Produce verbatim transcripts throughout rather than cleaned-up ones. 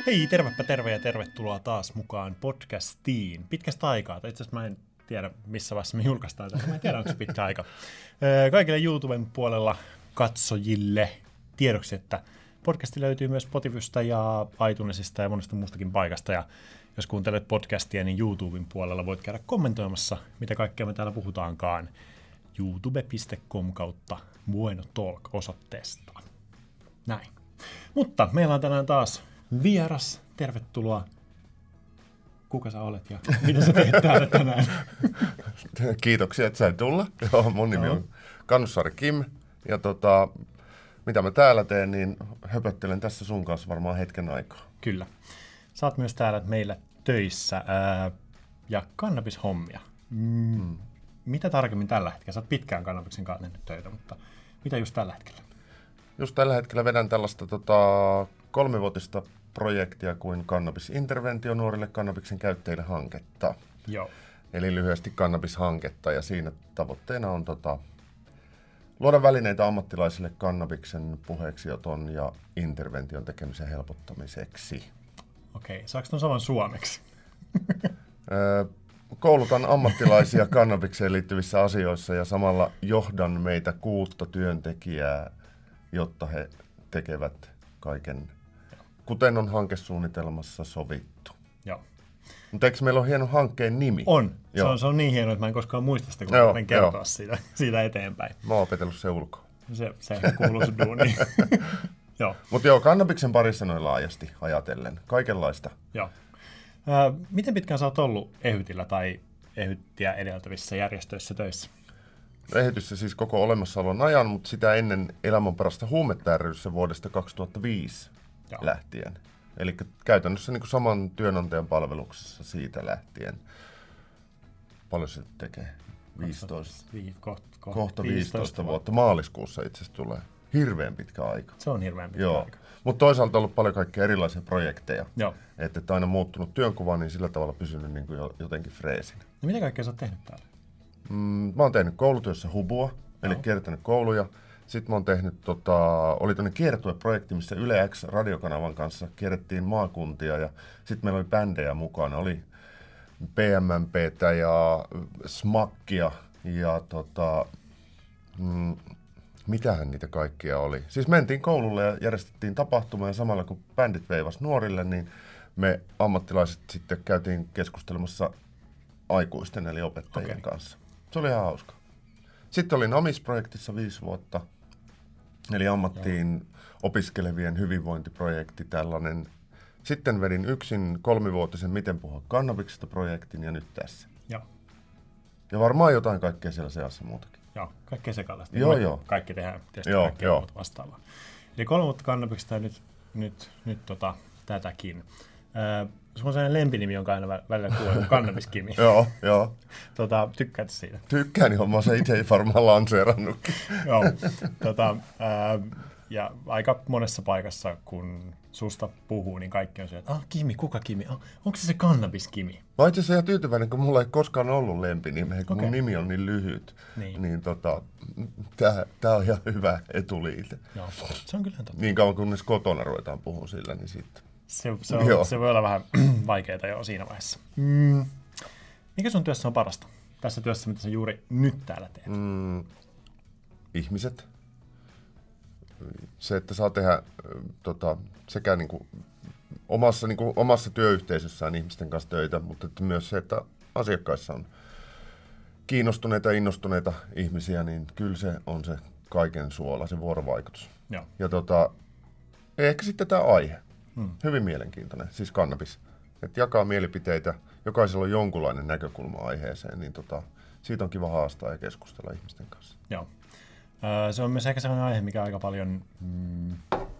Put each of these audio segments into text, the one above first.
Hei, tervepä terve ja tervetuloa taas mukaan podcastiin. Pitkästä aikaa, tai itse asiassa mä en tiedä missä vaiheessa me julkaistaan tätä, mä en tiedä onko se pitkä aika. Kaikille YouTuben puolella katsojille tiedoksi, että podcasti löytyy myös Spotifysta ja iTunesista ja monesta muustakin paikasta. Ja jos kuuntelet podcastia, niin YouTuben puolella voit käydä kommentoimassa, mitä kaikkea me täällä puhutaankaan youtube piste com kautta Bueno Talk osoitteesta. Näin. Mutta meillä on tänään taas vieras. Tervetuloa. Kuka sä olet ja mitä sä teet täällä tänään? Kiitoksia, että sain tulla. Joo, mun nimi on Kannussaari Kim. Ja tota, mitä mä täällä teen, niin höpöttelen tässä sun kanssa varmaan hetken aikaa. Kyllä. Sä oot myös täällä meillä töissä ää, ja kannabishommia. Mm. Hmm. Mitä tarkemmin tällä hetkellä? Sä oot pitkään kannabiksen kanssa tehnyt töitä, mutta mitä just tällä hetkellä? Just tällä hetkellä vedän tällaista tota, kolmivuotista projektia kuin Kannabisinterventio nuorille kannabiksen käyttäjille hanketta. Joo. Eli lyhyesti kannabishanketta, ja siinä tavoitteena on tota, luoda välineitä ammattilaisille kannabiksen puheeksioton ja intervention tekemisen helpottamiseksi. Okei, saako ton saman suomeksi? Koulutan ammattilaisia kannabikseen liittyvissä asioissa ja samalla johdan meitä kuutta työntekijää, jotta he tekevät kaiken, kuten on hankesuunnitelmassa sovittu. Joo. Mutta eikö meillä ole hieno hankkeen nimi? On. Se on, se on niin hieno, että mä en koskaan muista sitä, kun joo, mä kertoa siitä, siitä eteenpäin. Mä oon opetellut se ulkoa. Se, se kuuluu sun duuniin. Mutta joo, kannabiksen parissa noin laajasti ajatellen. Kaikenlaista. Joo. Äh, miten pitkään sä oot ollut EHYTillä tai EHYTtiä edeltävissä järjestöissä töissä? EHYTissä siis koko olemassaolon ajan, mutta sitä ennen elämänparasta huumetta ry:ssä vuodesta kaksituhattaviisi joo. lähtien. Eli käytännössä niin kuin saman työnantajan palveluksessa siitä lähtien. Paljon se tekee? viisitoista. Koht, koht, Kohta viisitoista vuotta. Maaliskuussa itse asiassa tulee. Hirveän pitkä aika. Se on hirveän pitkä joo. aika. Mutta toisaalta on ollut paljon kaikkia erilaisia projekteja. Joo. Että et aina muuttunut työnkuva, niin sillä tavalla pysynyt niin kuin jotenkin freesin. No mitä kaikkea sä oot tehnyt täällä? Mm, mä oon tehnyt koulutyössä hubua, eli no. kiertänyt kouluja. Sitten mä oon tehnyt, tota, oli tämmöinen kiertueprojekti, missä Yle X radiokanavan kanssa kierrettiin maakuntia ja sitten meillä oli bändejä mukana. Oli P M M P:tä ja Smakkia ja tota, mm, mitähän niitä kaikkia oli. Siis mentiin koululle ja järjestettiin tapahtuma ja samalla kun bändit veivas nuorille, niin me ammattilaiset sitten käytiin keskustelemassa aikuisten eli opettajien okay. kanssa. Se oli ihan hauska. Sitten olin Amis-projektissa viisi vuotta, eli ammattiin Joo. opiskelevien hyvinvointiprojekti tällainen. Sitten vedin yksin kolmivuotisen Miten puhua kannabiksesta projektin ja nyt tässä. Joo. Ja varmaan jotain kaikkea siellä seassa muutakin. Joo, kaikkea sekalaista. Joo, joo. Kaikki tehdään tietysti joo, kaikkea muuta vastaavaa. Eli kolme vuotta kannabiksesta ja nyt, nyt, nyt tota, tätäkin. Äh, Sulla on sellainen lempinimi, jonka aina välillä kuulee, Kannabiskimi. Joo, joo. Tota, tykkäät siitä? Tykkään, johon mä oon se itse varmaan lanseerannutkin. Joo. Tota, ää, ja aika monessa paikassa, kun susta puhuu, niin kaikki on se, että ah, Kimi, kuka Kimi? Ah, onko se se Kannabiskimi? Mä oon itse asiassa ihan tyytyväinen, kun mulla ei koskaan ollut lempinimeä, kun okay. mun nimi on niin lyhyt. Niin, niin tota, tää, tää on ihan hyvä etuliite. Joo, se on kyllä totta. Niin kauan kunnes kotona ruvetaan puhumaan sillä, niin sitten. Se, se, on, se voi olla vähän vaikeaa jo siinä vaiheessa. Mm. Mikä sun työssä on parasta? Tässä työssä, mitä sä juuri nyt täällä teet? Mm. Ihmiset. Se, että saa tehdä tota, sekä niinku omassa, niinku, omassa työyhteisössään ihmisten kanssa töitä, mutta että myös se, että asiakkaissa on kiinnostuneita ja innostuneita ihmisiä, niin kyllä se on se kaiken suola, se vuorovaikutus. Joo. Ja tota, ehkä sitten tämä aihe. Hmm. Hyvin mielenkiintoinen, siis kannabis. Että jakaa mielipiteitä, jokaisella on jonkunlainen näkökulma aiheeseen, niin tota, siitä on kiva haastaa ja keskustella ihmisten kanssa. Joo. Öö, se on myös ehkä sellainen aihe, mikä aika paljon mm,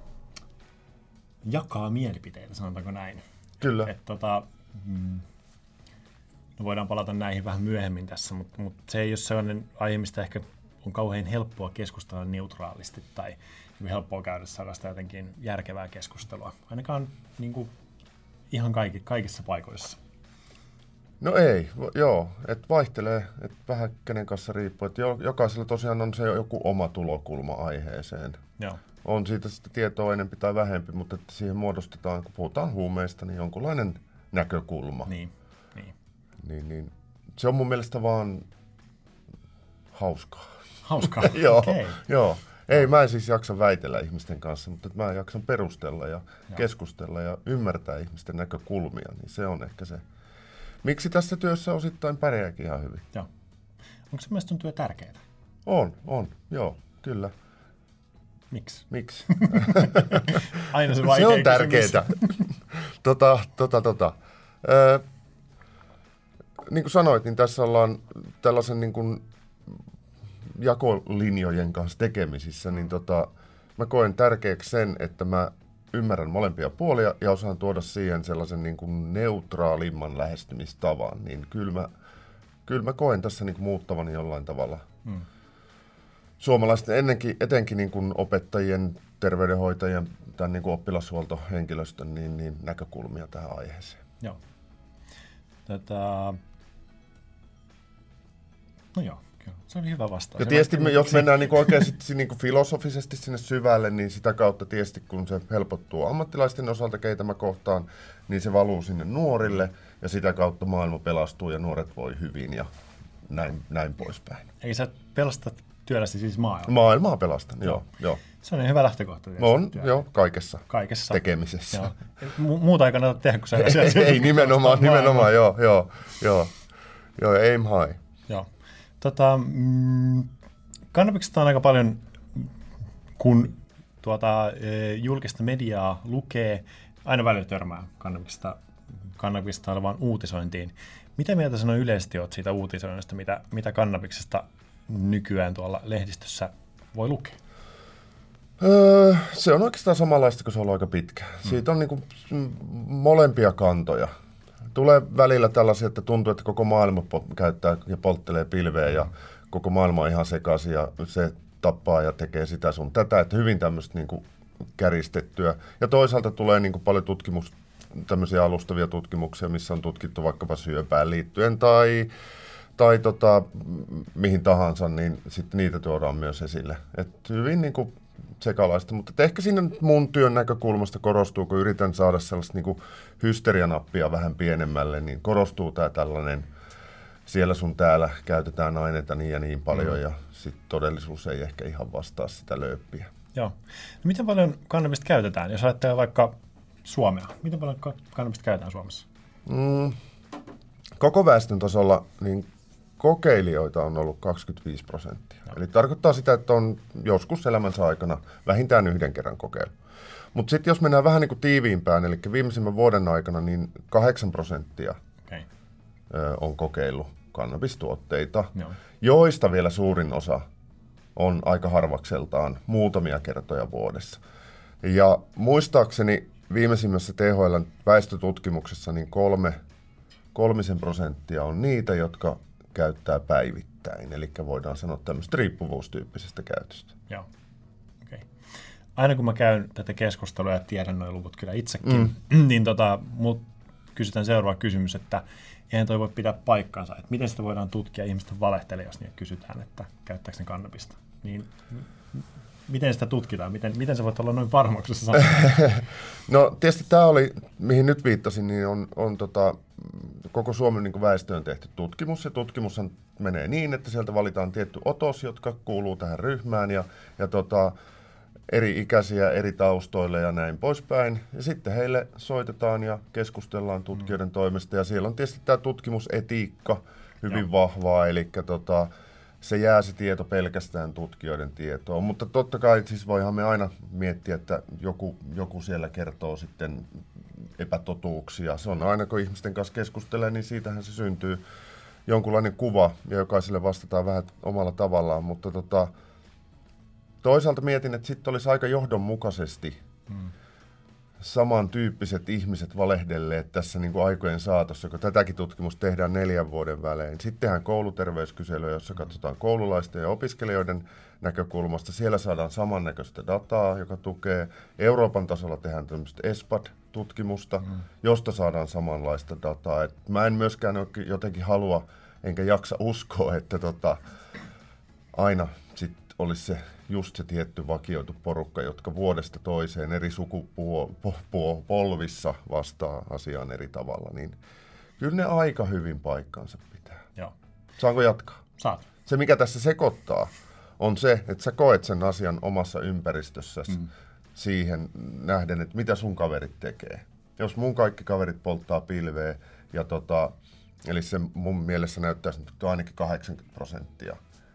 jakaa mielipiteitä, sanotaanko näin. Kyllä. Et, et, tota, mm, no voidaan palata näihin vähän myöhemmin tässä, mutta mut se ei ole sellainen aihe, mistä ehkä on kauhean helppoa keskustella neutraalisti tai helppoa käydä sellaista jotenkin järkevää keskustelua. Ainakaan niin kuin, ihan kaikki, kaikissa paikoissa. No ei, joo, että vaihtelee, että vähän kenen kanssa riippuu, että jokaisella tosiaan on se joku oma tulokulma aiheeseen. Joo. On siitä sitten tietoa enempi tai vähempi, mutta että siihen muodostetaan, kun puhutaan huumeista, niin jonkunlainen näkökulma. Niin, niin. Niin, niin. Se on mun mielestä vaan hauskaa. Hauskaa? Joo, okay. joo. Ei, mä en siis jaksa väitellä ihmisten kanssa, mutta mä jaksan perustella ja joo. keskustella ja ymmärtää ihmisten näkökulmia, niin se on ehkä se. Miksi tässä työssä osittain pärjääkin ihan hyvin? Joo. Onko se myös sun työ tärkeää? On, on, joo, kyllä. Miksi? Miksi? Aina se vaikea Se on tärkeää. tota, tota, tota. Ö, niin kuin sanoit, niin tässä ollaan tällaisen niin kuin jakolinjojen kanssa tekemisissä, niin tota, mä koen tärkeäksi sen, että mä ymmärrän molempia puolia ja osaan tuoda siihen sellaisen niin kuin neutraalimman lähestymistavan, niin kyllä mä, kyllä mä koen tässä niin kuin muuttavani jollain tavalla. Hmm. Suomalaisten ennenkin, etenkin niin kuin opettajien, terveydenhoitajien, tämän niin kuin oppilashuoltohenkilöstön niin, niin näkökulmia tähän aiheeseen. Joo. Tätä... No joo, kyllä. Se oli hyvä vastaus. Ja tietysti me, jos mennään niin kuin oikein sit, niin kuin filosofisesti sinne syvälle, niin sitä kautta tietysti kun se helpottuu ammattilaisten osalta, keitä mä kohtaan, niin se valuu sinne nuorille ja sitä kautta maailma pelastuu ja nuoret voi hyvin ja näin, näin poispäin. Ei sä pelastat työlläsi siis maailmaa? Maailmaa pelastan, joo. joo. Se on hyvä lähtökohta. On, joo, kaikessa, kaikessa tekemisessä. Joo. Mu- muuta ei kannata tehdä, kun sä ei, ei, nimenomaan, nimenomaan, joo, joo, joo, joo, aim high. Joo. Tota, mm, kannabiksesta on aika paljon, kun tuota, e, julkista mediaa lukee, aina välillä törmää kannabiksesta, kannabiksesta olevaan uutisointiin. Mitä mieltä sinä yleisesti olet siitä uutisoinnista, mitä, mitä kannabiksesta nykyään tuolla lehdistössä voi lukea? Öö, se on oikeastaan samanlaista, kun se on ollut aika pitkä. Hmm. Siitä on niin kuin molempia kantoja. Tulee välillä tällaisia, että tuntuu, että koko maailma po- käyttää ja polttelee pilveä ja koko maailma on ihan sekaisin ja se tappaa ja tekee sitä sun tätä, että hyvin tämmöistä niin kuin kärjistettyä. Ja toisaalta tulee niin kuin paljon tutkimus, tämmöisiä alustavia tutkimuksia, missä on tutkittu vaikkapa syöpään liittyen tai, tai tota, mihin tahansa, niin sitten niitä tuodaan myös esille. Et hyvin niin kuin sekalaista, mutta ehkä siinä mun työn näkökulmasta korostuu, kun yritän saada sellaista niin kuin hysterianappia vähän pienemmälle, niin korostuu tämä tällainen, siellä sun täällä käytetään aineita niin ja niin paljon, mm. ja sitten todellisuus ei ehkä ihan vastaa sitä lööppiä. Joo. No miten paljon kannabista käytetään, jos ajattelee vaikka Suomea? Miten paljon kannabista käytetään Suomessa? Mm, koko väestön tasolla niin kokeilijoita on ollut kaksikymmentäviisi prosenttia. Eli tarkoittaa sitä, että on joskus elämänsä aikana vähintään yhden kerran kokeilu. Mutta sitten jos mennään vähän niin kuin tiiviimpään, eli viimeisimmän vuoden aikana, niin kahdeksan prosenttia okay. on kokeillut kannabistuotteita, Joo. joista vielä suurin osa on aika harvakseltaan muutamia kertoja vuodessa. Ja muistaakseni viimeisimmässä T H L:n väestötutkimuksessa niin kolme, kolmisen prosenttia on niitä, jotka käyttää päivittäin, eli voidaan sanoa tämmöistä riippuvuustyyppisestä käytöstä. Joo. Okay. Aina kun mä käyn tätä keskustelua ja tiedän nuo luvut kyllä itsekin, mm. niin tota, mut kysytään seuraava kysymys, että eihän toi voi pitää paikkaansa, että miten sitä voidaan tutkia ihmisten valehtelee, jos niin kysytään, että käyttääkö ne kannabista. Niin miten sitä tutkitaan? Miten, miten sä voit olla noin varmauksessa sanoa? No tietysti tämä oli, mihin nyt viittasin, niin on, on tota, koko Suomen niin kuin väestöön tehty tutkimus. Ja tutkimushan menee niin, että sieltä valitaan tietty otos, jotka kuuluu tähän ryhmään ja, ja tota, eri ikäisiä, eri taustoille ja näin poispäin. Ja sitten heille soitetaan ja keskustellaan tutkijoiden mm. toimesta. Ja siellä on tietysti tämä tutkimusetiikka hyvin Joo. vahvaa, eli tota, se jää se tieto pelkästään tutkijoiden tietoon, mutta totta kai siis voihan me aina miettiä, että joku, joku siellä kertoo sitten epätotuuksia. Se on aina, kun ihmisten kanssa keskustelee, niin siitähän se syntyy jonkunlainen kuva, ja jokaiselle vastataan vähän omalla tavallaan, mutta tota, toisaalta mietin, että sitten olisi aika johdonmukaisesti hmm. samantyyppiset ihmiset valehdelleet tässä niin kuin aikojen saatossa, kun tätäkin tutkimusta tehdään neljän vuoden välein. Sitten tehdään kouluterveyskyselyä, jossa katsotaan koululaisten ja opiskelijoiden näkökulmasta. Siellä saadaan samannäköistä dataa, joka tukee. Euroopan tasolla tehdään tämmöistä E S P A D-tutkimusta, mm. josta saadaan samanlaista dataa. Et mä en myöskään jotenkin halua, enkä jaksa uskoa, että tota, aina sit olisi se just se tietty vakioitu porukka, jotka vuodesta toiseen eri sukupolvissa vastaa asiaan eri tavalla, niin kyllä ne aika hyvin paikkaansa pitää. Joo. Saanko jatkaa? Saat. Se, mikä tässä sekoittaa, on se, että sä koet sen asian omassa ympäristössäsi mm. siihen nähden, että mitä sun kaverit tekee. Jos mun kaikki kaverit polttaa pilveä, ja tota, eli se mun mielessä näyttäisi nyt ainakin kahdeksankymmentä prosenttia,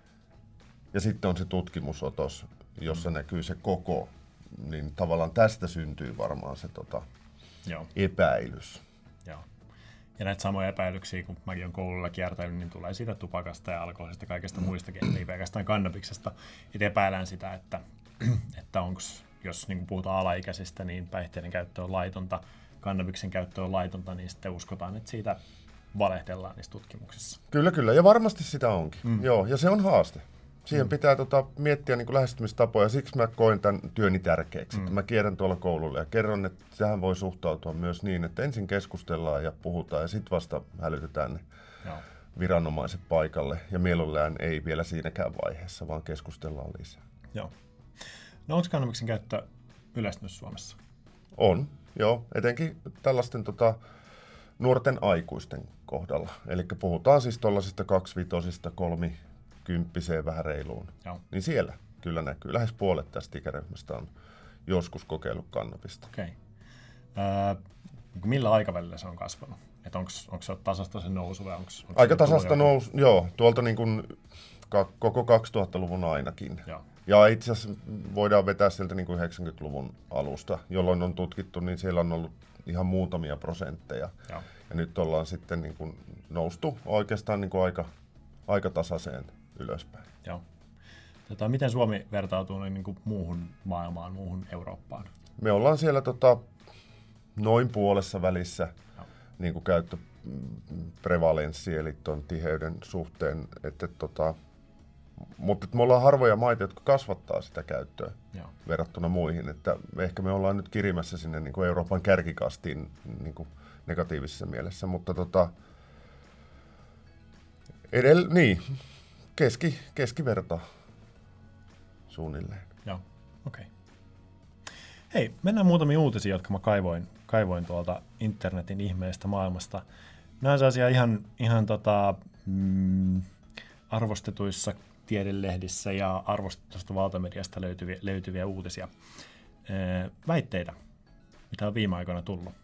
ja sitten on se tutkimusotos, jossa mm. näkyy se koko, niin tavallaan tästä syntyy varmaan se tota, Joo. epäilys. Joo. Ja näitä samoja epäilyksiä, kun mäkin olen koululla kiertänyt, niin tulee siitä tupakasta ja alkoholista ja kaikesta mm. muistakin, ei pelkästään kannabiksesta. Itse epäilään sitä, että, että onko, jos niin puhutaan alaikäisistä, niin päihteiden käyttö on laitonta, kannabiksen käyttö on laitonta, niin sitten uskotaan, että siitä valehdellaan niissä tutkimuksissa. Kyllä, kyllä. Ja varmasti sitä onkin. Mm. Joo, ja se on haaste. Siihen mm. pitää tota, miettiä niin kuin lähestymistapoja. Siksi mä koen tämän työni tärkeäksi. Mm. Mä kierrän tuolla koululla ja kerron, että tähän voi suhtautua myös niin, että ensin keskustellaan ja puhutaan ja sitten vasta hälytetään ne Joo. viranomaiset paikalle. Ja mielellään ei vielä siinäkään vaiheessa, vaan keskustellaan lisää. Joo. No onko kannabiksen käyttö yleistynyt Suomessa? On, joo. Etenkin tällaisten tota, nuorten aikuisten kohdalla. Eli puhutaan siis tuollaisista kaksivitosista, kolmi kymppiseen vähän reiluun, Joo. niin siellä kyllä näkyy. Lähes puolet tästä ikäryhmästä on joskus kokeillut kannabista. Okei. Öö, millä aikavälillä se on kasvanut? Että onko se tasasta se nousu vai onko aika tasasta nousu, joo. Tuolta niin kuin ka- koko kaksituhattaluvun ainakin. Joo. Ja itse asiassa voidaan vetää sieltä niin kuin yhdeksänkymmentäluvun alusta, jolloin on tutkittu, niin siellä on ollut ihan muutamia prosentteja. Joo. Ja nyt ollaan sitten niin kuin noustu oikeastaan niin kuin aika, aika tasaiseen ylöspäin. Joo. Tota, miten Suomi vertautuu niin kuin muuhun maailmaan, muuhun Eurooppaan? Me ollaan siellä tota, noin puolessa välissä niin kuin käyttöprevalenssi, eli tuon tiheyden suhteen. Että, tota, mutta että me ollaan harvoja maita, jotka kasvattaa sitä käyttöä Joo. verrattuna muihin. Että ehkä me ollaan nyt kirimässä sinne niin kuin Euroopan kärkikastiin niin kuin negatiivisessa mielessä. Mutta tota, edellä, niin... Keski, keskiverta suunnilleen. Joo, okei. Okay. Hei, mennään muutamiin uutisiin, jotka mä kaivoin, kaivoin tuolta internetin ihmeestä maailmasta. Nämä on sellaisia ihan, ihan tota, mm, arvostetuissa tiedelehdissä ja arvostetusta valtamediasta löytyviä, löytyviä uutisia. Ee, väitteitä, mitä on viime aikoina tullut.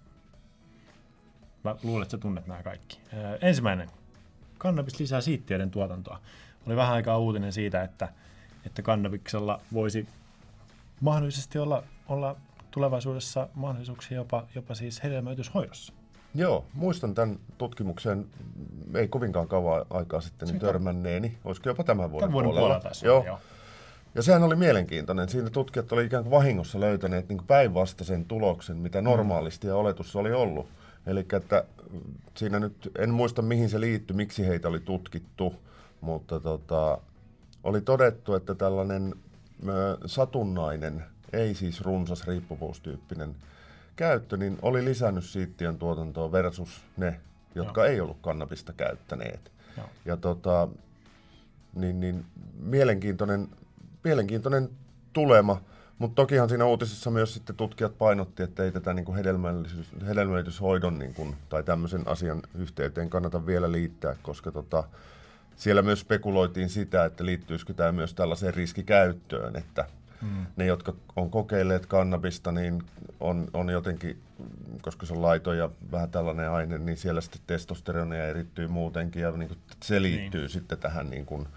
Mä luulen, että sä tunnet nämä kaikki. Ee, ensimmäinen. Kannabis lisää siittiöiden tuotantoa. Oli vähän aikaa uutinen siitä, että, että kannabiksella voisi mahdollisesti olla, olla tulevaisuudessa mahdollisuuksia jopa, jopa siis hedelmöityshoidossa. Joo, muistan tämän tutkimuksen ei kovinkaan kauan aikaa sitten niin törmänneeni. Olisiko jopa tämän vuoden, tämän vuoden puolella. puolella tässä joo. joo. Ja sehän oli mielenkiintoinen. Siinä tutkijat oli ikään kuin vahingossa löytäneet niin päinvastaisen tuloksen, mitä normaalisti ja oletussa oli ollut. Eli että siinä nyt, en muista mihin se liittyi, miksi heitä oli tutkittu, mutta tota, oli todettu, että tällainen ö, satunnainen, ei siis runsas riippuvuustyyppinen käyttö, niin oli lisännyt siittiön tuotantoa versus ne, jotka Joo. ei ollut kannabista käyttäneet. Joo. Ja tota, niin, niin, mielenkiintoinen, mielenkiintoinen tulema. Mutta tokihan siinä uutisessa myös sitten tutkijat painotti, että ei tätä niinku hedelmöityshoidon niinku, tai tämmöisen asian yhteyteen kannata vielä liittää, koska tota, siellä myös spekuloitiin sitä, että liittyisikö tämä myös tällaiseen riskikäyttöön, että mm. ne, jotka on kokeilleet kannabista, niin on, on jotenkin, koska se on laito ja vähän tällainen aine, niin siellä sitten testosteronia erittyy muutenkin, ja niinku, se liittyy niin. sitten tähän niin kuin,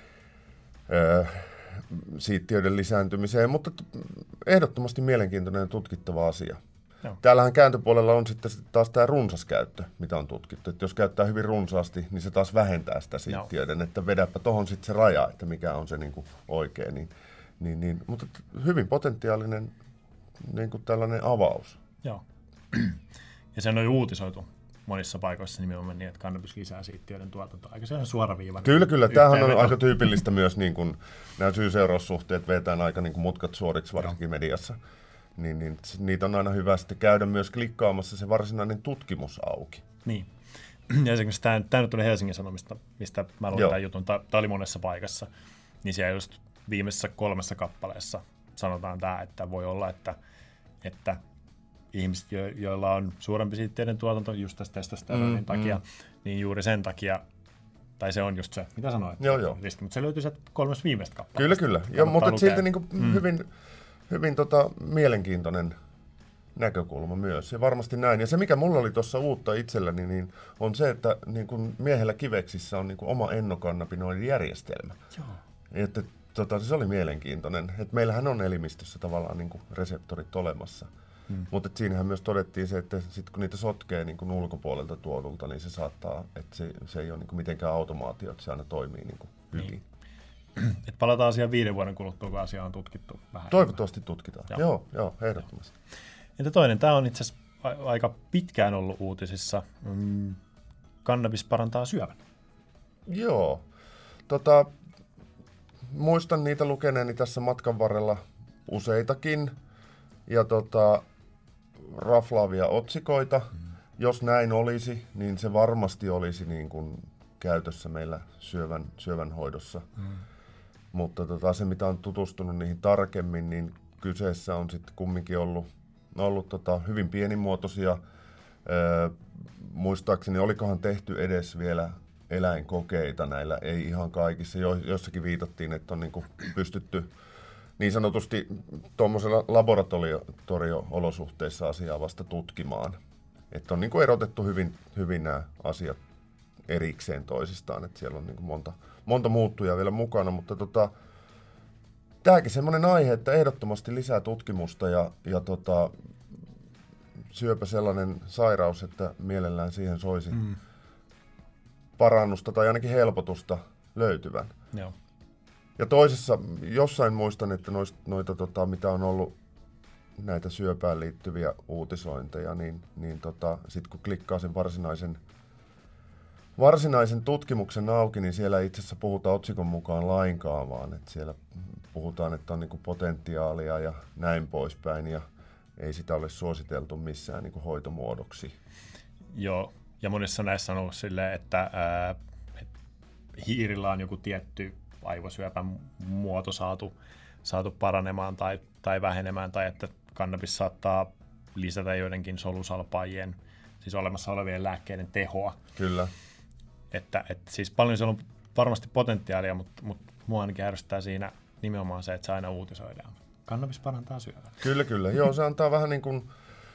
öö, siittiöiden lisääntymiseen, mutta ehdottomasti mielenkiintoinen ja tutkittava asia. Joo. Täällähän kääntöpuolella on sitten taas tämä runsas käyttö, mitä on tutkittu. Että jos käyttää hyvin runsaasti, niin se taas vähentää sitä siittiöiden, Joo. että vedäpä tuohon sitten se raja, että mikä on se niin kuin oikein. Niin, niin, niin, mutta hyvin potentiaalinen niin kuin tällainen avaus. Joo. Ja sen on jo uutisoitu monissa paikoissa nimenomaan niin, että kannabis lisää siittiöiden tuotantoa. Aika se on suoraviivainen. Kyllä, kyllä. Tämähän on aika tyypillistä myös, niin kuin nämä syy-seuraussuhteet vetään aika niin kuin mutkat suoriksi, varsinkin mediassa. Niin, niin, niitä on aina hyvä sitten käydä myös klikkaamassa se varsinainen tutkimus auki. Niin. Ja esimerkiksi tämä, tämä nyt tuli Helsingin Sanomista, mistä mä luin tämän jutun. Tämä oli monessa paikassa. Niin siellä just viimeisessä kolmessa kappaleessa sanotaan tämä, että voi olla, että, että ihmiset, jo, joilla on suurempi siittiöiden tuotanto just tästä testosteronin mm, takia, mm. niin juuri sen takia, tai se on just se, mitä sanoit, joo, joo. riski, mutta se löytyy sieltä kolmesta viimeistä kappaleesta. Kyllä, kyllä. Ja, mutta silti niin kuin mm. hyvin, hyvin tota, mielenkiintoinen näkökulma myös, ja varmasti näin. Ja se, mikä mulla oli tuossa uutta itselläni, niin on se, että niin kuin miehellä kiveksissä on niin kuin oma ennokannabinoidijärjestelmä. Joo. Että, tota, se oli mielenkiintoinen. Että meillähän on elimistössä tavallaan niin kuin reseptorit olemassa. Hmm. Mutta siinähän myös todettiin se, että sit kun niitä sotkee niin kuin ulkopuolelta tuotulta, niin se saattaa, että se, se ei ole niin kuin mitenkään automaatio, että se aina toimii niin kuin hyvin. Niin. Et palataan asiaan viiden vuoden kuluttua, kun asia on tutkittu vähän. Toivottavasti enemmän. Tutkitaan. Joo, joo, joo ehdottomasti. Entä toinen? Tämä on itse asiassa aika pitkään ollut uutisissa. Mm, kannabis parantaa syövän. Joo. Tota, muistan niitä lukeneeni tässä matkan varrella useitakin. Ja tota, raflaavia otsikoita. Mm. Jos näin olisi, niin se varmasti olisi niin kuin käytössä meillä syövän, syövän hoidossa. Mm. Mutta tota, se, mitä on tutustunut niihin tarkemmin, niin kyseessä on sitten kumminkin ollut, ollut tota, hyvin pienimuotoisia. Öö, muistaakseni, olikohan tehty edes vielä eläinkokeita näillä, ei ihan kaikissa. Jo, jossakin viitattiin, että on niin kuin pystytty niin sanotusti tuommoisella laboratorio-olosuhteissa asiaa vasta tutkimaan. Että on niin kuin erotettu hyvin, hyvin nämä asiat erikseen toisistaan, että siellä on niin kuin monta, monta muuttujaa vielä mukana, mutta tota, tämäkin semmoinen aihe, että ehdottomasti lisää tutkimusta ja, ja tota, syöpä sellainen sairaus, että mielellään siihen soisi mm. parannusta tai ainakin helpotusta löytyvän. Joo. Ja toisessa, jossain muistan, että noista, noita, tota, mitä on ollut näitä syöpään liittyviä uutisointeja, niin, niin tota, sitten kun klikkaa sen varsinaisen, varsinaisen tutkimuksen auki, niin siellä itse asiassa puhutaan otsikon mukaan lainkaan, vaan että siellä puhutaan, että on niinku potentiaalia ja näin poispäin, ja ei sitä ole suositeltu missään niinku hoitomuodoksi. Joo, ja monissa näissä on ollut silleen, että ää, hiirillä on joku tietty aivosyöpän muoto saatu, saatu paranemaan tai, tai vähenemään, tai että kannabis saattaa lisätä joidenkin solusalpaajien, siis olemassa olevien lääkkeiden tehoa. Kyllä. Että, että siis paljon siellä on varmasti potentiaalia, mutta, mutta mua ainakin ärsyttää siinä nimenomaan se, että se aina uutisoidaan. Kannabis parantaa syövää. Kyllä, kyllä. Joo, se antaa vähän niin kuin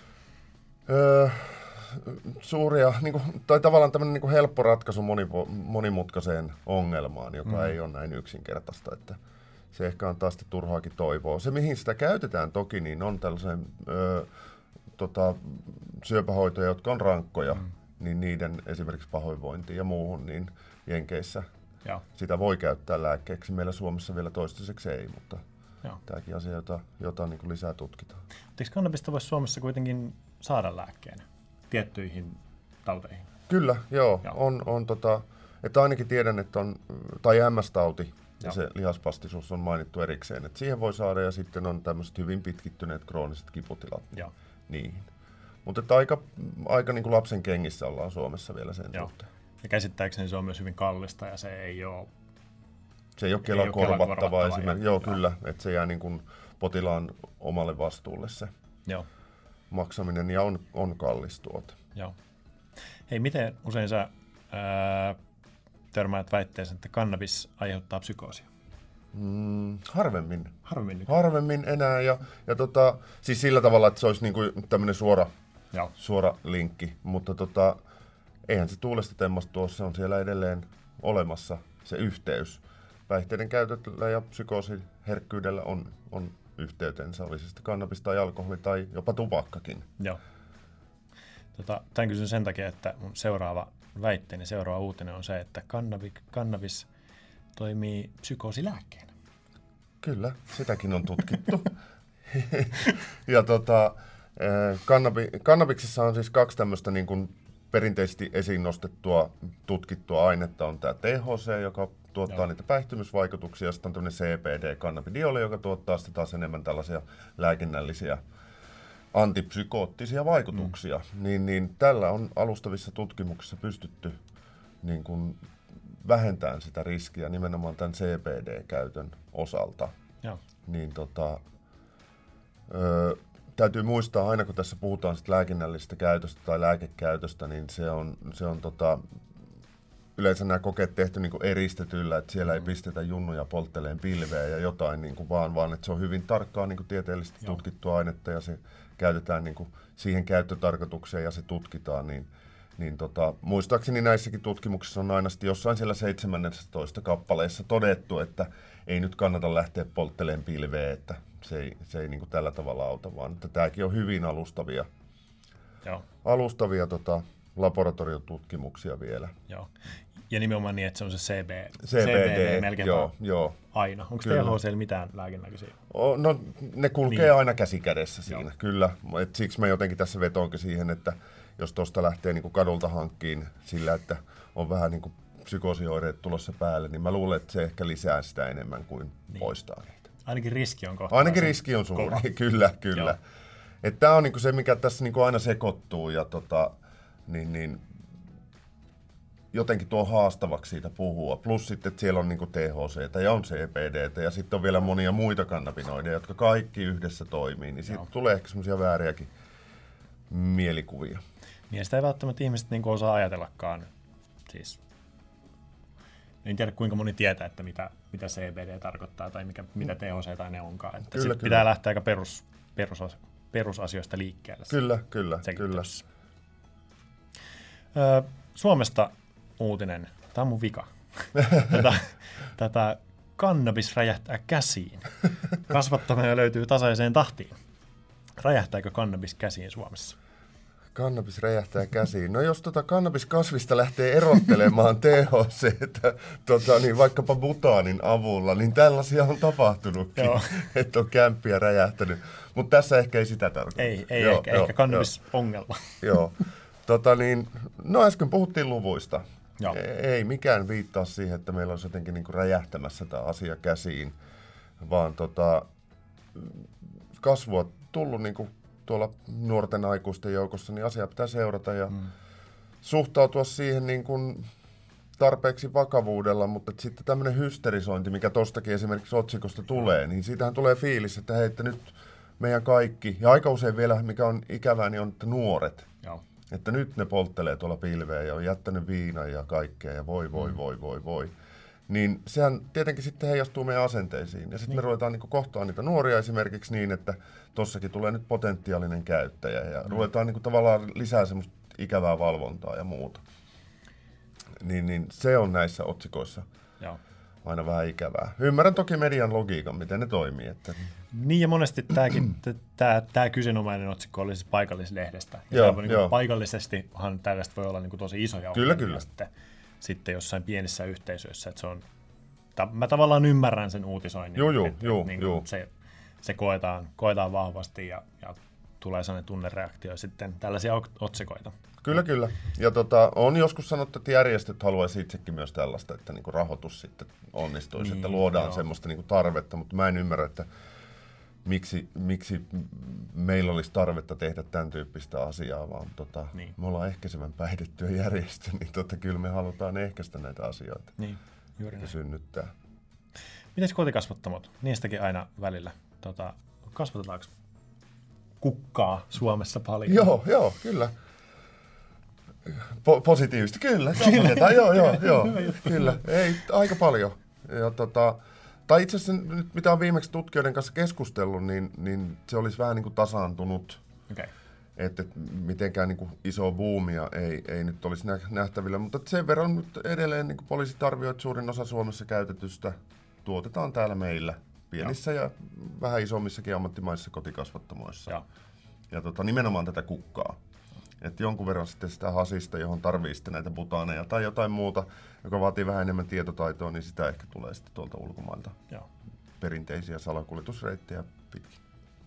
öö, suuria, niin kuin, tai tavallaan tämmöinen niin kuin helppo ratkaisu monipo, monimutkaiseen ongelmaan, joka mm. ei ole näin yksinkertaista, että se ehkä antaa sitten turhaakin toivoa. Se, mihin sitä käytetään toki, niin on tällaisen öö, tota, syöpähoitoja, jotka on rankkoja, mm. niin niiden esimerkiksi pahoinvointiin ja muuhun, niin Jenkeissä ja. Sitä voi käyttää lääkkeeksi. Meillä Suomessa vielä toistaiseksi ei, mutta ja. Tämäkin asia, jota, jota niin kuin lisää tutkitaan. Eikö kannabista voisi Suomessa kuitenkin saada lääkkeenä tiettyihin tauteihin? Kyllä, joo. Ja. On, on tota, että ainakin tiedän, että on, tai M S-tauti ja, ja se lihaspastisuus on mainittu erikseen, että siihen voi saada, ja sitten on tämmöiset hyvin pitkittyneet krooniset kiputilat ja. Niihin. Mutta aika, aika niin kuin lapsen kengissä ollaan Suomessa vielä sen Joo. suhteen. Ja käsittääkseni se on myös hyvin kallista ja se ei ole... Se ei ole Kelan korvattavaa esimerkiksi. Joo, kyllä. Että se jää niin kuin potilaan omalle vastuulle se Joo. maksaminen ja on, on kallis tuote. Joo. Hei, miten usein sä ää, törmäät väitteeseen, että kannabis aiheuttaa psykoosia? Mm, harvemmin. Harvemmin. Harvemmin enää. Ja, ja tota, siis sillä tavalla, että se olisi niin kuin tämmöinen suora, suora linkki. Mutta tota, eihän se tuulesta temmasta tuossa, se on siellä edelleen olemassa se yhteys. Päihteiden käytöllä ja psykoosiherkkyydellä on, on yhteytensä, oli se sitten kannabis tai alkoholi tai jopa tupakkakin. Joo. Tota, tämän kysyn sen takia, että mun seuraava väitteeni, seuraava uutinen on se, että kannabis, kannabis toimii psykoosilääkkeenä. Kyllä, sitäkin on tutkittu. ja tota, Kannabi, kannabiksessa on siis kaksi tämmöistä niin kuin perinteisesti esiin nostettua tutkittua ainetta. On tämä T H C, joka tuottaa Joo. niitä päihtymysvaikutuksia, ja sitten on tämmöinen C B D, kannabidioli, joka tuottaa sitten taas enemmän tällaisia lääkinnällisiä antipsykoottisia vaikutuksia. Mm. Niin, niin tällä on alustavissa tutkimuksissa pystytty niin kuin vähentämään sitä riskiä nimenomaan tämän C B D-käytön osalta. Joo. Niin tota, ö, täytyy muistaa aina, kun tässä puhutaan sit lääkinnällisestä käytöstä tai lääkekäytöstä, niin se on, se on tota, yleensä nämä kokeet tehty niin kuin eristetyllä, että siellä mm. ei pistetä junnuja poltteleen pilveä ja jotain, niin kuin vaan, vaan että se on hyvin tarkkaan niin kuin tieteellisesti Joo. tutkittua ainetta ja se käytetään niin kuin siihen käyttötarkoitukseen ja se tutkitaan, niin, niin tota, muistaakseni näissäkin tutkimuksissa on aina jossain siellä seitsemäntoista kappaleessa todettu, että ei nyt kannata lähteä poltteleen pilveä, että se ei, se ei niin kuin tällä tavalla auta, vaan että tämäkin on hyvin alustavia, Joo. alustavia tota, laboratoriotutkimuksia vielä. Joo. Ja nimenomaan niin, että se on se C B, C B D, C B D melkein joo, joo. aina. Onko T H C:llä mitään lääkinnäköisiä? No ne kulkee niin. aina käsi kädessä siinä, joo. kyllä. Et siksi mä jotenkin tässä vetoonkin siihen, että jos tuosta lähtee niin kuin kadulta hankkiin sillä, että on vähän niin kuin psykoosihoireet tulossa päälle, niin mä luulen, että se ehkä lisää sitä enemmän kuin niin. poistaa niitä. Ainakin riski on kohta. Ainakin riski on suuri, kova. kyllä, kyllä. Tämä on niinku se, mikä tässä niinku aina sekoittuu ja tota, niin, niin, jotenkin tuo haastavaksi siitä puhua. Plus sitten, että siellä on niinku T H C:tä ja on C B D:tä ja sitten on vielä monia muita kannabinoideja, jotka kaikki yhdessä toimii, niin siitä tulee ehkä semmoisia vääriäkin mielikuvia. Niin sitä ei välttämättä ihmiset niinku osaa ajatellakaan. Siis, en tiedä kuinka moni tietää, että mitä, mitä C B D tarkoittaa tai mikä, mitä T H C tai ne onkaan. Että kyllä, kyllä. Pitää lähteä aika perus, perus, perusasioista liikkeelle. Kyllä, kyllä, kyllä. Öö, Suomesta uutinen. Tämä on mun vika. tätä, tätä kannabis räjähtää käsiin. Kasvattaminen löytyy tasaiseen tahtiin. Räjähtääkö kannabis käsiin Suomessa? Kannabis räjähtää käsiin. No jos tota kannabiskasvista lähtee erottelemaan T H C:tä tota, niin vaikkapa butaanin avulla, niin tällaisia on tapahtunutkin, että on kämppiä räjähtänyt. Mutta tässä ehkä ei sitä tarkoita. Ei, ei joo, ehkä, joo, ehkä kannabis-ongelma. Joo. Tota, niin, no äsken puhuttiin luvuista. Joo. Ei mikään viittaa siihen, että meillä olisi jotenkin niin kuin räjähtämässä tämä asia käsiin, vaan tota, kasvua tullut niin kuin tuolla nuorten aikuisten joukossa, niin asiaa pitää seurata ja mm. suhtautua siihen niin kuin tarpeeksi vakavuudella, mutta sitten tämmöinen hysterisointi, mikä tostakin esimerkiksi otsikosta tulee, niin siitähän tulee fiilis, että hei, että nyt meidän kaikki, ja aika usein vielä, mikä on ikävää, niin on, että nuoret, Joo. että nyt ne polttelee tuolla pilveä ja on jättänyt viinan ja kaikkea ja voi, voi, mm. voi, voi, voi. Niin sehän tietenkin sitten heijastuu meidän asenteisiin. Ja sitten niin. me ruvetaan niin kohtaan niitä nuoria esimerkiksi niin, että tossakin tulee nyt potentiaalinen käyttäjä ja mm. ruvetaan niin tavallaan lisää semmoista ikävää valvontaa ja muuta. Niin, niin se on näissä otsikoissa Joo. aina vähän ikävää. Ymmärrän toki median logiikan, miten ne toimii. Että... Niin ja monesti tämäkin, tämä, tämä kyseenomainen otsikko oli siis paikallislehdestä. Ja joo, niin joo. Paikallisestihan tällaista voi olla niin kuin tosi isoja kyllä, kyllä. Sitten, sitten jossain pienissä yhteisöissä. Että se on, ta, mä tavallaan ymmärrän sen uutisoinnin, joo, joo, että joo, niin joo. se, se koetaan, koetaan vahvasti ja, ja tulee sellainen tunnereaktio ja sitten tällaisia otsikoita. Kyllä, kyllä. Ja tota, on joskus sanottu, että järjestöt haluaisi itsekin myös tällaista, että niinku rahoitus sitten onnistuisi, niin, että luodaan joo. semmoista niinku tarvetta, mutta mä en ymmärrä, että miksi, miksi meillä olisi tarvetta tehdä tämän tyyppistä asiaa, vaan tota, niin. me ollaan ehkäisevän päihdetyön järjestö, niin tota, kyllä me halutaan ehkäistä näitä asioita niin, juuri ja näin. synnyttää. Mites kotikasvattamot? Niistäkin aina välillä. Tota, kasvatetaanko kukkaa Suomessa paljon? Joo, joo, kyllä. Po- positiivisesti, kyllä. joo, joo, joo, kyllä. Ei, aika paljon. Ja, tota, tai itse asiassa nyt, mitä on viimeksi tutkijoiden kanssa keskustellut, niin, niin se olisi vähän niin kuin tasaantunut. Okay. Että et mitenkään niin kuin isoa buumia ei, ei nyt olisi nähtävillä. Mutta sen verran nyt edelleen niin kuin poliisit arvioivat, että suurin osa Suomessa käytetystä tuotetaan täällä meillä. Pienissä Joo. ja vähän isommissakin ammattimaisissa kotikasvattamoissa. Joo. Ja tota, nimenomaan tätä kukkaa. Että jonkun verran sitten sitä hasista, johon tarvii sitten näitä butaaneja tai jotain muuta, joka vaatii vähän enemmän tietotaitoa, niin sitä ehkä tulee sitten tuolta ulkomailta. Joo. Perinteisiä salakuljetusreittejä pitkin.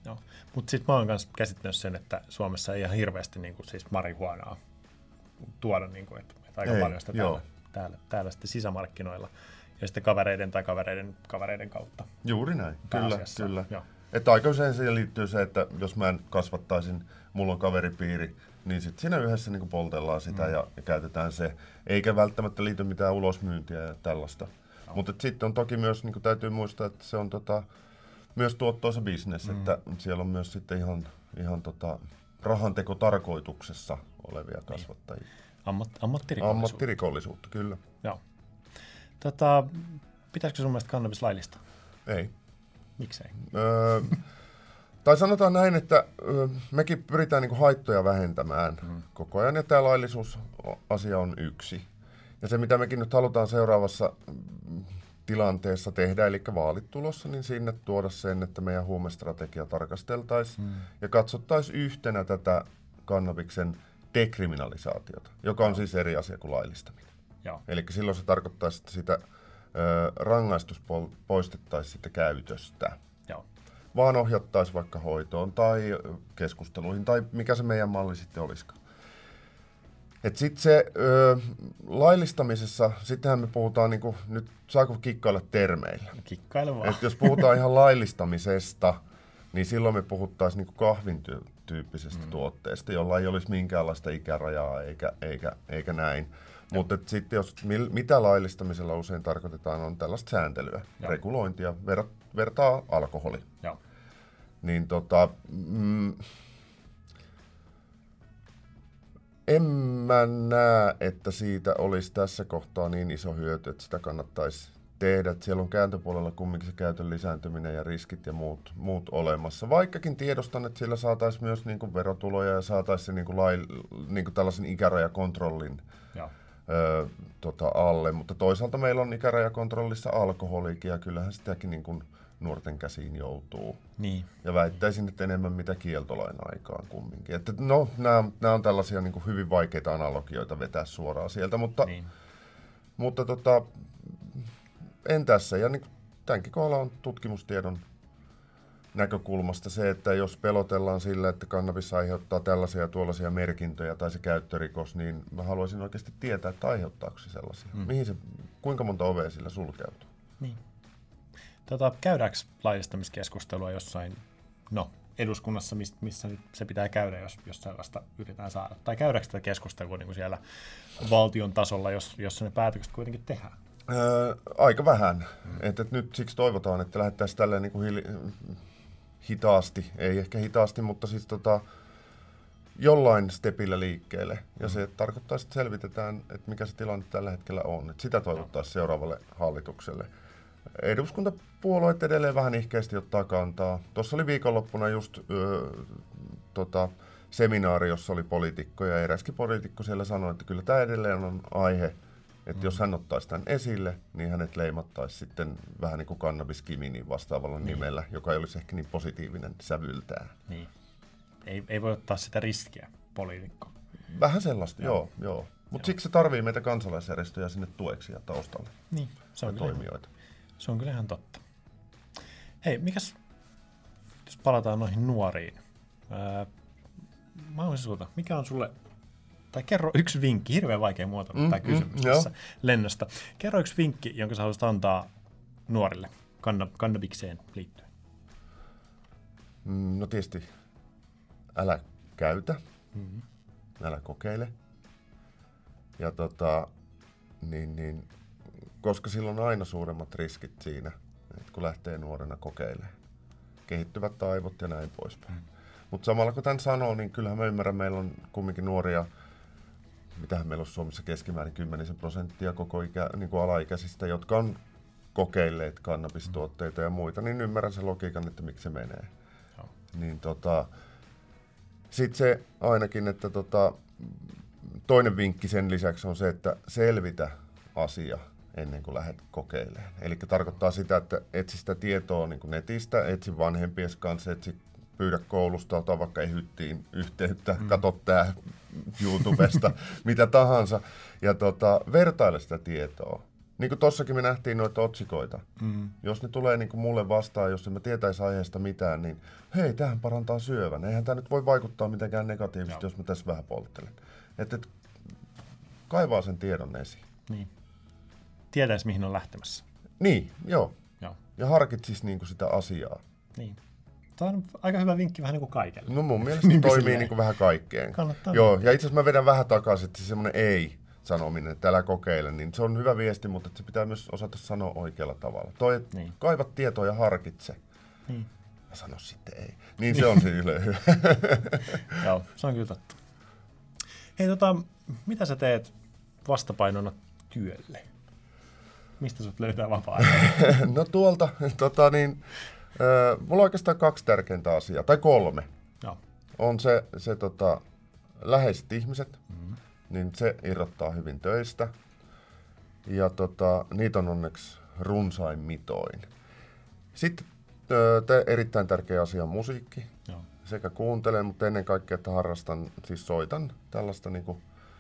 Joo. Mutta sitten mä oon myös käsittänyt sen, että Suomessa ei ihan hirveästi niin kuin, siis marihuanaa tuoda, niin kuin, että, että aika ei, paljon sitä täällä, täällä, täällä sitten sisämarkkinoilla ja sitten kavereiden tai kavereiden, kavereiden kautta. Juuri näin, kyllä, kyllä. Joo. Että aika usein siihen liittyy se, että jos mä kasvattaisin, mulla on kaveripiiri, niin sitten siinä yhdessä niin kuin poltellaan sitä mm. ja, ja käytetään se, eikä välttämättä liity mitään ulosmyyntiä ja tällaista. No. Mutta sitten on toki myös, niin kuin täytyy muistaa, että se on tota, myös tuottoisa bisnes, mm. että siellä on myös sitten ihan, ihan tota, rahantekotarkoituksessa olevia kasvattajia. Ammat, ammattirikollisuutta. Ammattirikollisuutta, kyllä. Joo. Tota, pitäisikö sun mielestä kannabis laillista? Ei. Miksei? Öö, tai sanotaan näin, että ö, mekin pyritään niinku haittoja vähentämään mm. koko ajan, ja tämä laillisuusasia on yksi. Ja se, mitä mekin nyt halutaan seuraavassa tilanteessa tehdä, eli vaalit tulossa, niin sinne tuoda sen, että meidän huumestrategia tarkasteltaisiin mm. ja katsottaisiin yhtenä tätä kannabiksen dekriminalisaatiota, joka on siis eri asia kuin laillistaminen. Eli silloin se tarkoittaisi, että sitä ö, rangaistus poistettaisiin sitä käytöstä. Joo. Vaan ohjattaisiin vaikka hoitoon tai keskusteluihin tai mikä se meidän malli sitten olisikaan. Et sitten se ö, laillistamisessa, sittenhän me puhutaan, niinku, nyt saako kikkailla termeillä? Kikkaile vaan. Et jos puhutaan ihan laillistamisesta, niin silloin me puhuttaisiin niinku kahvin ty- tyyppisestä mm. tuotteesta, jolla ei olisi minkäänlaista ikärajaa eikä, eikä, eikä näin. Mutta sitten jos mil, mitä laillistamisella usein tarkoitetaan, on tällaista sääntelyä, Joo. regulointia, ver, vertaa alkoholi. Joo. Niin tota, mm, en mä näe, että siitä olisi tässä kohtaa niin iso hyöty, että sitä kannattaisi tehdä. Että siellä on kääntöpuolella kumminkin se käytön lisääntyminen ja riskit ja muut, muut olemassa. Vaikkakin tiedostan, että sillä saataisiin myös niin kuin verotuloja ja saataisiin se niin kuin lai, niin kuin tällaisen ikärajakontrollin Öö, tota, alle, mutta toisaalta meillä on ikärajakontrollissa alkoholikin ja kyllähän sitäkin niin kuin nuorten käsiin joutuu. Niin. Ja väittäisin, että enemmän mitä kieltolain aikaan kumminkin. Että no, nämä on tällaisia niin kuin hyvin vaikeita analogioita vetää suoraan sieltä, mutta, niin. mutta tota, en tässä. Ja niin, tämänkin kohdalla on tutkimustiedon näkökulmasta se, että jos pelotellaan sillä, että kannabis aiheuttaa tällaisia ja tuollaisia merkintöjä tai se käyttörikos, niin mä haluaisin oikeasti tietää, että aiheuttaako se sellaisia. Mm. Mihin se, kuinka monta ovea sillä sulkeutuu? Niin. Tota, käydäänkö laillistamiskeskustelua jossain, no eduskunnassa, missä nyt se pitää käydä, jos, jos sellaista yritetään saada? Tai käydäänkö tätä keskustelua niin kuin siellä valtion tasolla, jos, jossa ne päätökset kuitenkin tehdään? Öö, aika vähän. Mm. Et, et nyt siksi toivotaan, että lähdettäisiin tälleen niin kuin hili- hitaasti, ei ehkä hitaasti, mutta siis tota, jollain stepillä liikkeelle. Ja mm. se tarkoittaa, että selvitetään, että mikä se tilanne tällä hetkellä on. Et sitä toivottaisiin seuraavalle hallitukselle. Eduskuntapuolueet edelleen vähän ihkeästi ottaa kantaa. Tuossa oli viikonloppuna just öö, tota, seminaari, jossa oli poliitikkoja, ja eräskin poliitikko siellä sanoi, että kyllä tämä edelleen on aihe, että mm. jos hän ottaisi tämän esille, niin hänet leimattaisi sitten vähän niin kuin kannabiskiminin vastaavalla niin. nimellä, joka ei olisi ehkä niin positiivinen sävyltään. Niin. Ei, ei voi ottaa sitä riskiä, poliitikko. Vähän sellaista, joo. joo, joo. Mutta siksi se tarvii meitä kansalaisjärjestöjä sinne tueksi ja taustalle. Niin, se on, toimijoita. Se on kyllä ihan totta. Hei, mikäs, jos palataan noihin nuoriin. Ää, mä haluaisin sulta, mikä on sulle, tai kerro yksi vinkki, hirveän vaikea muotoilla mm, tämä kysymys mm, tässä joo. lennosta. Kerro yksi vinkki, jonka sä haluaisit antaa nuorille kannab- kannabikseen liittyen. No tietysti, älä käytä, mm-hmm. älä kokeile. Ja tota, niin, niin, koska silloin on aina suuremmat riskit siinä, että kun lähtee nuorena kokeilemaan. Kehittyvät aivot ja näin poispäin. Mm. Mutta samalla kun tämän sanoo, niin kyllähän mä ymmärrän, meillä on kumminkin nuoria, mitähän meillä on Suomessa keskimäärin kymmenisen prosenttia koko ikä, niin kuin alaikäisistä, jotka on kokeilleet kannabistuotteita mm. ja muita, niin ymmärrän sen logiikan, että miksi se menee. Oh. Niin tota, sitten se ainakin, että tota, toinen vinkki sen lisäksi on se, että selvitä asia ennen kuin lähdet kokeilemaan. Eli tarkoittaa sitä, että etsi sitä tietoa niin kuin netistä, etsi vanhempien kanssa, etsi pyydä koulusta, ota vaikka ehyttiin yhteyttä, mm. katso tää YouTubesta, mitä tahansa, ja tota, vertaile sitä tietoa. Niin kuin tossakin me nähtiin noita otsikoita. Mm. Jos ne tulee niin kuin mulle vastaan, jos en mä tietäisi aiheesta mitään, niin hei, tämähän parantaa syövän. Eihän tämä nyt voi vaikuttaa mitenkään negatiivisesti, Joo. jos mä tässä vähän polttelen. Että et, kaivaa sen tiedon esiin. Niin. Tietäisi, mihin on lähtemässä. Niin, joo. joo. Ja harkitsisi niin kuin sitä asiaa. Niin. Tämä on aika hyvä vinkki vähän niin kuin kaikelle. No mun mielestä niin toimii niin kuin vähän kaikkeen. Kannattaa. Joo, ja itse asiassa mä vedän vähän takaisin, että se semmoinen ei-sanominen, että älä kokeile, niin se on hyvä viesti, mutta se pitää myös osata sanoa oikealla tavalla. Toi, että niin. kaivat tietoa ja harkitse. Niin. Ja sano sitten ei. Niin se on se yle hyvä. Joo, se on kyllä totta. Hei, tota, mitä sä teet vastapainona työlle? Mistä sut löytää vapaa-aikaa? No tuolta, tota niin, äh, mulla on oikeastaan kaksi tärkeintä asiaa, tai kolme. Joo. On se, se tota, läheiset ihmiset, mm-hmm. niin se irrottaa hyvin töistä. Ja tota, niitä on onneksi runsain mitoin. Sitten äh, te, erittäin tärkeä asia on musiikki. Joo. Sekä kuuntelen, mutta ennen kaikkea, että harrastan, siis soitan tällaista niinku,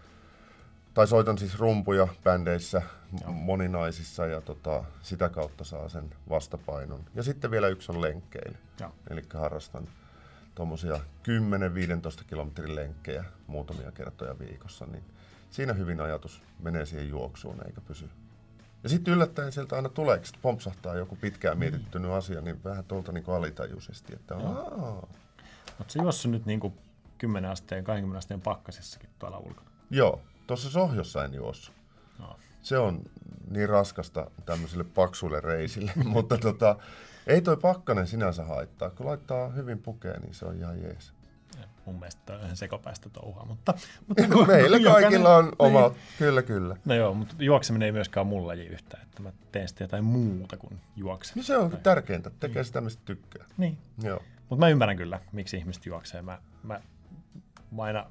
tai soitan siis rumpuja bändeissä, Joo. moninaisissa, ja tota, sitä kautta saa sen vastapainon. Ja sitten vielä yksi on lenkkeily. Eli harrastan tuommoisia kymmenen viisitoista kilometrin lenkkejä muutamia kertoja viikossa. Niin siinä hyvin ajatus menee siihen juoksuun eikä pysy. Ja sitten yllättäen sieltä aina tulee, kun pompsahtaa joku pitkään mietittynyt mm. asia, niin vähän tuolta niin alitajuisesti, että aah. Oletko juossut nyt niin kuin kymmenen asteen, kaksikymmentä asteen pakkasessakin tuolla ulkona? Joo. Tuossa Sohjossa en juossut. No. Se on niin raskasta tämmöiselle paksuille reisille, mutta tota, ei toi pakkanen sinänsä haittaa. Kun laittaa hyvin pukeen, niin se on ihan jees. Ja mun mielestä tämä on ihan sekopäistä touhaa, mutta... mutta meillä kaikilla on oma, niin. kyllä kyllä. No joo, mutta juokseminen ei myöskään ole mun laji yhtään, että mä teen sitten jotain muuta kuin juokse. No se on tai... tärkeintä, tekee niin. sitä mistä tykkää. Niin, joo. Mutta mä ymmärrän kyllä, miksi ihmiset juoksee. Mä, mä, mä aina...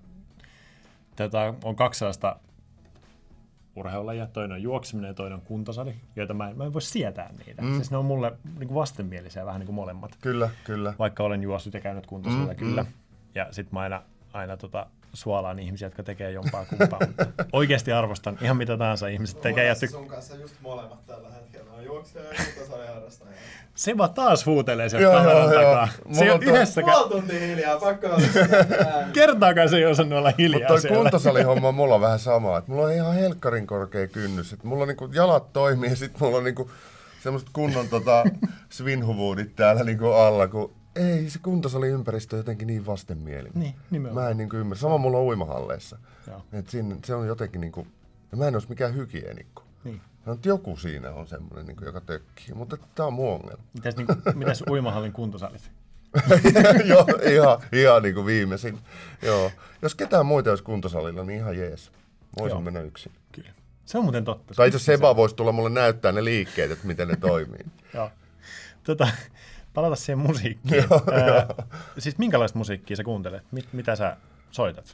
Tätä on kaksi sellaista urheilulajia, toinen on juokseminen ja toinen on kuntosali, joita mä en, mä en voi sietää niitä. Mm. Siis ne on mulle niin kuin vastenmielisiä vähän niin kuin molemmat. Kyllä, kyllä. Vaikka olen juossut ja käynyt kuntosalilla, mm, kyllä. Mm. Ja sit mä aina, aina tota, suolaan ihmisiä, jotka tekee jompaa kumpaa. Mutta oikeasti arvostan ihan mitä tahansa ihmiset tekee. Ja tyk- sun kanssa just molemmat tällä hetkellä on juoksija ja kuntosalin Se vaan taas huutelee sieltä kameran takaa. Se ei ole yhdessäkään. Puoli tuntia hiljaa, pakko olla Kertaakaan se ei osannut olla hiljaa Mutta toi siellä. kuntosalihomma mulla on vähän sama. Että mulla on ihan helkkarin korkea kynnys. Että mulla on niinku jalat toimii ja sit mulla on niinku semmoset kunnon tota, svinhuvuudit täällä niinku alla, kun ei se kuntosaliympäristö on jotenkin niin vastenmielinen. Niin, nimenomaan. Mä en niinku ymmärrä. Sama mulla on uimahalleissa. Et siinä, se on jotenkin niinku, mä en olisi mikään hygienikko. Niin. No, joku siinä on semmoinen, niin kuin, joka tökkii, mutta tämä on mun ongelma. Mitäs, niin kuin, mitäs uimahallin kuntosalit? Joo, ihan, ihan niin kuin viimeisin. Joo. Jos ketään muita olisi kuntosalilla, niin ihan jees. Voisin Joo. mennä yksin. Kyllä. Se on muuten totta. Tai itse asiassa Seba voisi tulla mulle näyttää ne liikkeet, että miten ne toimii. Joo. Tota, palata siihen musiikkiin. Joo, äh, jo. Siis minkälaista musiikkia sä kuuntelet? Mit, mitä sä soitat?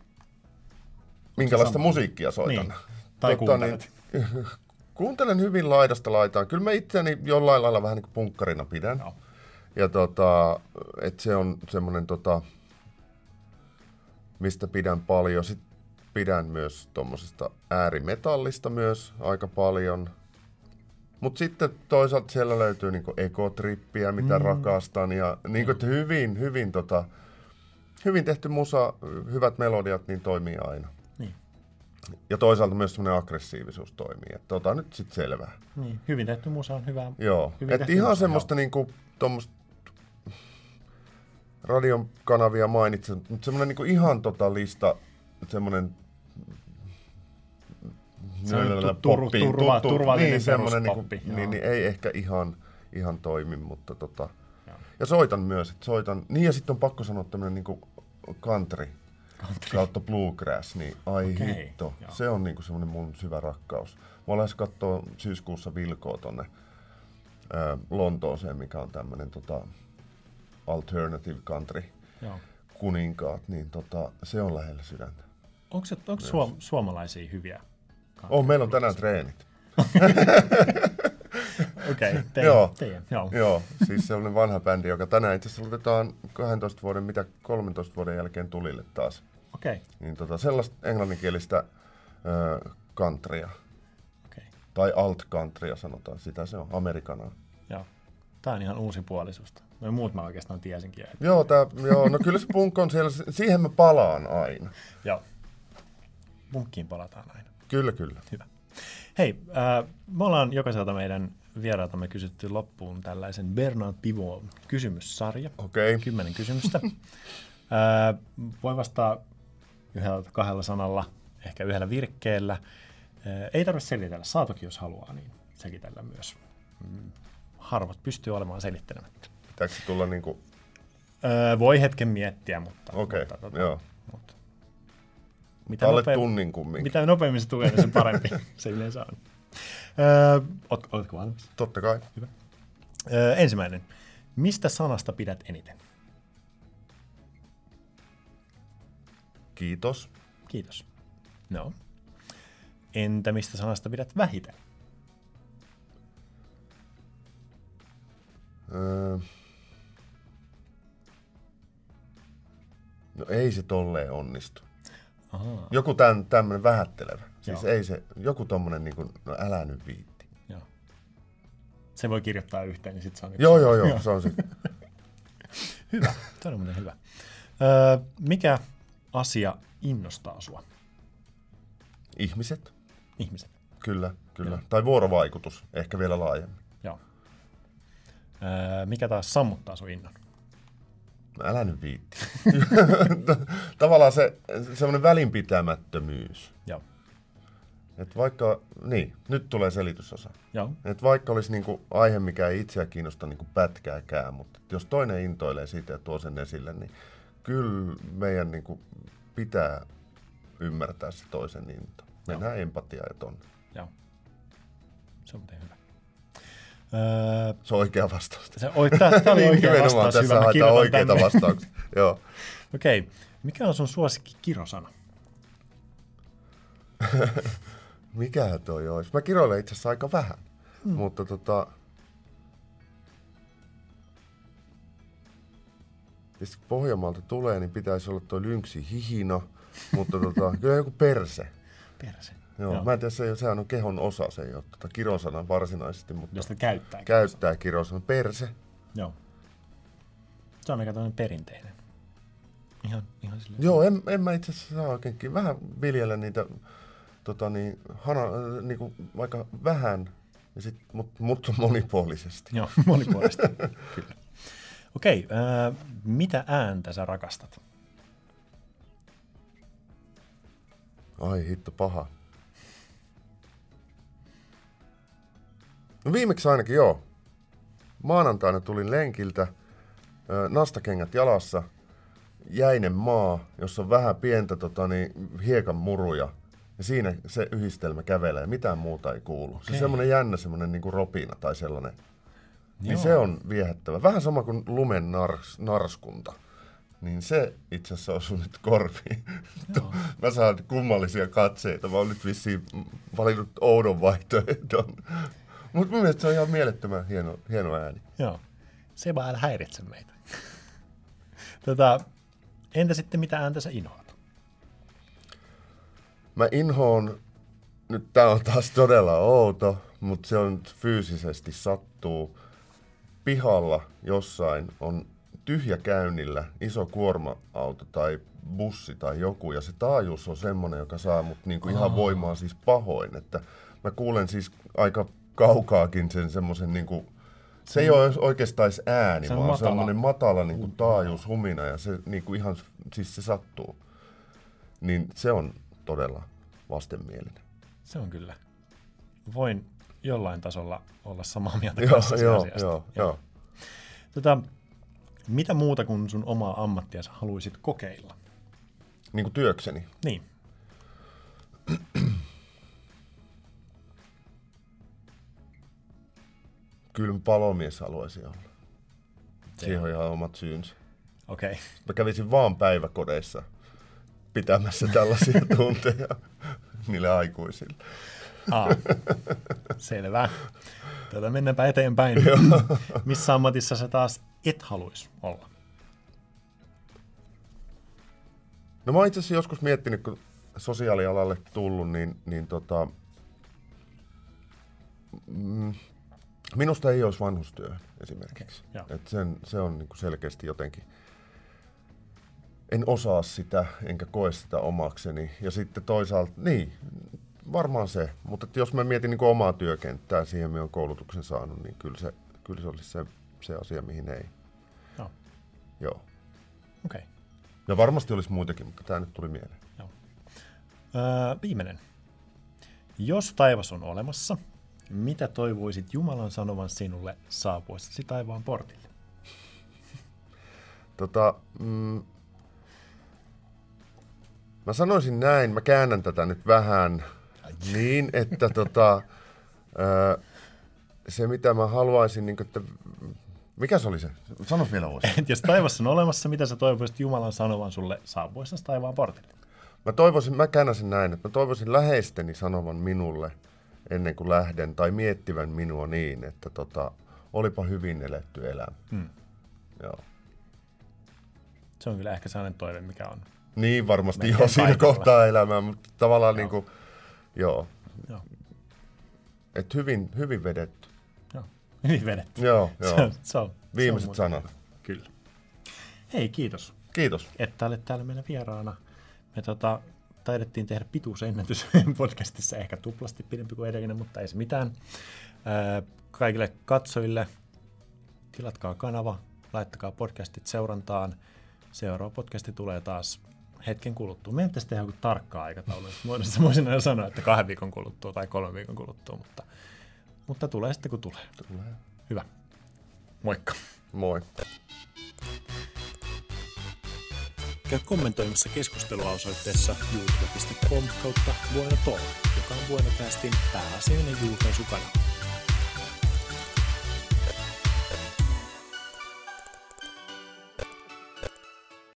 Minkälaista musiikkia soitan? Niin. Tai tota, kuuntelet? Niin, kuuntelen hyvin laidasta laitaan. Kyllä mä itseäni jollain lailla vähän niin kuin punkkarina pidän. No. Ja tota, että se on semmoinen, tota, mistä pidän paljon. Sitten pidän myös tuommoisesta äärimetallista myös aika paljon. Mutta sitten toisaalta siellä löytyy niinku ekotrippiä, mitä mm. rakastan. Ja niinku, että hyvin, hyvin, tota, hyvin tehty musa, hyvät melodiat, niin toimii aina. Niin. Ja toisaalta myös semmoinen aggressiivisuus toimii. Että tota nyt sitten selvää. Niin, hyvin tehty musa on hyvä. Joo, että ihan semmoista niinku, tuommoista radion kanavia mainitsen, mutta semmoinen niinku ihan tota lista, semmoinen se on tur- turva, turvallinen niin, peruspoppi. Niinku, niin, niin ei ehkä ihan, ihan toimi, mutta tota. Ja soitan myös, että soitan, niin ja sitten on pakko sanoa tämmöinen niinku country, country kautta bluegrass, niin ai okay. hitto, Joo. se on niinku semmoinen mun syvä rakkaus. Mä lähes kattoo syyskuussa Vilkoa tonne ää, Lontooseen, mikä on tämmöinen tota, alternative country Joo. kuninkaat, niin tota, se on lähellä sydäntä. Onko, se, onko suom- suomalaisia hyviä? Oh, meillä on tänään treenit. Okei, okay, teidän, joo, teidän, joo. joo, siis sellainen vanha bändi, joka tänään itse asiassa otetaan kahdentoista vuoden, mitä kolmentoista vuoden jälkeen tulille taas. Okei. Okay. Niin tota, sellaista englanninkielistä äh, countrya. Okay. Tai alt-countrya sanotaan, sitä se on, amerikanaa. Joo. Tää on ihan uusi puoli susta. No muut mä oikeastaan tiesinkin. Että... Joo, tää, joo, no kyllä se punk on siellä, siihen mä palaan aina. Joo. Punkkiin palataan aina. Kyllä, kyllä. Hyvä. Hei, äh, me ollaan jokaiselta meidän vierailtamme kysytty loppuun tällaisen Bernard Pivot kysymyssarja. Okei. Okay. Kymmenen kysymystä. äh, voi vastata yhdellä kahdella sanalla, ehkä yhdellä virkkeellä. Äh, ei tarvitse selitellä. Saa toki, jos haluaa, niin selitellä myös. Mm, harvat pystyy olemaan selittelemättä. Pitääkö se tulla niin kuin... Öö, voi hetken miettiä, mutta... Okei, okay, tota, joo. Mutta, mitä alle nopeam... tunnin kumminkin. Mitä nopeammin se tulee, niin sen parempi se yleensä on. Öö, oot, oletko valmis? Totta kai. Hyvä. Öö, ensimmäinen. Mistä sanasta pidät eniten? Kiitos. Kiitos. No. Entä mistä sanasta pidät vähiten? Öö... No ei se tolleen onnistu. Ahaa. Joku tämän, tämmönen vähättelevä. Siis Joo. ei se, joku tommonen niinku, no älä nyt viitti. Joo. Se voi kirjoittaa yhteen, niin sit se on... Joo, joo, joo, se on se. Hyvä, tämä on muuten hyvä. Öö, mikä asia innostaa sua? Ihmiset, Ihmiset. kyllä, kyllä. Joo. Tai vuorovaikutus, ehkä vielä laajemmin. Joo. Öö, mikä taas sammuttaa sun innon? No älä nyt viitti. Tavallaan se semmoinen välinpitämättömyys. Joo. Että vaikka, niin, nyt tulee selitysosa. Joo. Että vaikka olisi niinku aihe, mikä ei itseä kiinnosta niinku pätkääkään, mutta jos toinen intoilee siitä ja tuo sen esille, niin kyllä meidän niinku pitää ymmärtää se toisen into. Mennään empatiaa ja tonne. Joo. Se on muuten hyvä. Öö, Se on oikea vastaus. se, oi, tää, tää oli oikea Nimenomaan, vastaus. tässä Hyvä, mä haetaan kirjoitan oikeita tänne. vastauksia. Joo. Okei. Okay. Mikä on sun suosikki kirosana? Mikähän toi olisi? Mä kiroilen itse asiassa aika vähän, hmm. mutta tota... Tietysti kun Pohjanmaalta tulee, niin pitäisi olla toi lynksi hihina, mutta tota, kyllä joku perse. Perse. Joo, Joo. mä en tiedä, se ei ole, sehän on kehon osa, se ei ole tota kirosana varsinaisesti, mutta Jos sitä käyttää. käyttää kirosana. Perse. Joo. Se on aika tämmöinen perinteinen. Ihan, ihan silleen. Joo, en, en mä itse asiassa saa oikeinkin. Vähän viljellä niitä, tota niin, hana, niinku, vaikka vähän, ja sit, mut, mutta monipuolisesti. Joo, monipuolista. Kyllä. Okei, äh, mitä ääntä sä rakastat? Ai hitto, paha. No viimeksi ainakin joo. Maanantaina tulin lenkiltä, nastakengät jalassa, jäinen maa, jossa on vähän pientä tota, niin, hiekan muruja. Ja siinä se yhdistelmä kävelee, mitään muuta ei kuulu. Okay. Se semmoinen jännä semmoinen niin kuin ropina tai sellainen. Niin se on viehättävä. Vähän sama kuin lumen nars, narskunta. Niin se itse asiassa osui nyt korviin. Mä saan kummallisia katseita. Mä oon nyt vissiin valinnut oudon vaihtoehdon. Mutta mun mielestä se on ihan mielettömän hieno, hieno ääni. Joo, se vaan älä häiritse meitä. tota, entä sitten mitä ääntä sä inhoat? Mä inhoon, nyt tää on taas todella outo, mutta se on fyysisesti sattuu. Pihalla jossain on tyhjä käynnillä iso kuorma-auto tai bussi tai joku, ja se taajuus on semmoinen, joka saa mut niinku ihan voimaa siis pahoin. Että mä kuulen siis aika kaukaakin sen semmoisen, niinku, se ei ole oikeastaan edes ääni, se on vaan matala. semmoinen matala niinku taajuus, humina, ja se niinku ihan, siis se sattuu. Niin se on todella vastenmielinen. Se on kyllä. Voin jollain tasolla olla samaa mieltä Joo, kanssasi joo, asiasta. joo, joo. Tota, mitä muuta kuin sun omaa ammattia sä haluaisit kokeilla? Niin kuin työkseni. Niin. Kyllä palomies haluaisin olla. Siihen on ihan omat syynsä. Okei. Okay. Mä kävisin vaan päiväkodeissa pitämässä tällaisia tunteja niille aikuisille. Aa, selvä. Tätä mennäänpä eteenpäin. Missä ammatissa sä taas et haluaisi olla? No mä oon itse asiassa joskus miettinyt, kun sosiaalialalle tullut, niin, niin tota, mm, minusta ei olisi vanhustyö esimerkiksi. Okay, Et sen, se on niin kuin selkeästi jotenkin, en osaa sitä, enkä koe sitä omakseni. Ja sitten toisaalta, niin, varmaan se. Mutta jos mä mietin niin kuin omaa työkenttää, siihen minä olen koulutuksen saanut, niin kyllä se, kyllä se olisi se, se asia, mihin ei. Joo. Joo. Okei. Okay. Ja varmasti olisi muitakin, mutta tämä nyt tuli mieleen. Joo. Öö, viimeinen. Jos taivas on olemassa, mitä toivoisit Jumalan sanovan sinulle saapuessasi taivaan portille? Tota, mm, mä sanoisin näin, mä käännän tätä nyt vähän niin, että tota, ö, se mitä mä haluaisin, niin, että mikä se oli se? Sano vielä uudestaan. Jos taivas on olemassa, mitä sä toivoisit Jumalan sanovan sulle saapuessasi taivaan portille? Mä toivoisin, mä käännäsin näin, että mä toivoisin läheisteni sanovan minulle ennen kuin lähden, tai miettivän minua niin, että tota, olipa hyvin eletty elämä. Hmm. Joo. Se on kyllä ehkä sellainen toive, mikä on. Niin varmasti Melkein joo, siinä kaikilla. kohtaa elämää, mutta tavallaan Joo. niin kuin, joo. Joo. Että hyvin, hyvin vedetty. Joo. Hyvin vedetty. Joo, joo. Se on, se on, Viimeiset se on sanat. muuten. Kyllä. Hei, kiitos, Kiitos. että olet täällä meillä vieraana. Me tota, taidettiin tehdä pituusennätys podcastissa, ehkä tuplasti pidempi kuin edellinen, mutta ei se mitään. Ää, kaikille katsojille tilatkaa kanava, laittakaa podcastit seurantaan. Seuraava podcasti tulee taas hetken kuluttua. Meidän pitäisi tehdä joku tarkkaa aikataulu. Muodossa voisin aina sanoa, että kahden viikon kuluttua tai kolmen viikon kuluttua, mutta, mutta tulee sitten kun tulee. Tulee. Hyvä. Moikka. Moi. Käy kommentoimassa keskustelua osoitteessa youtube piste com kautta Bueno Talk, joka on Buenocastin pääasiallinen julkaisukanava.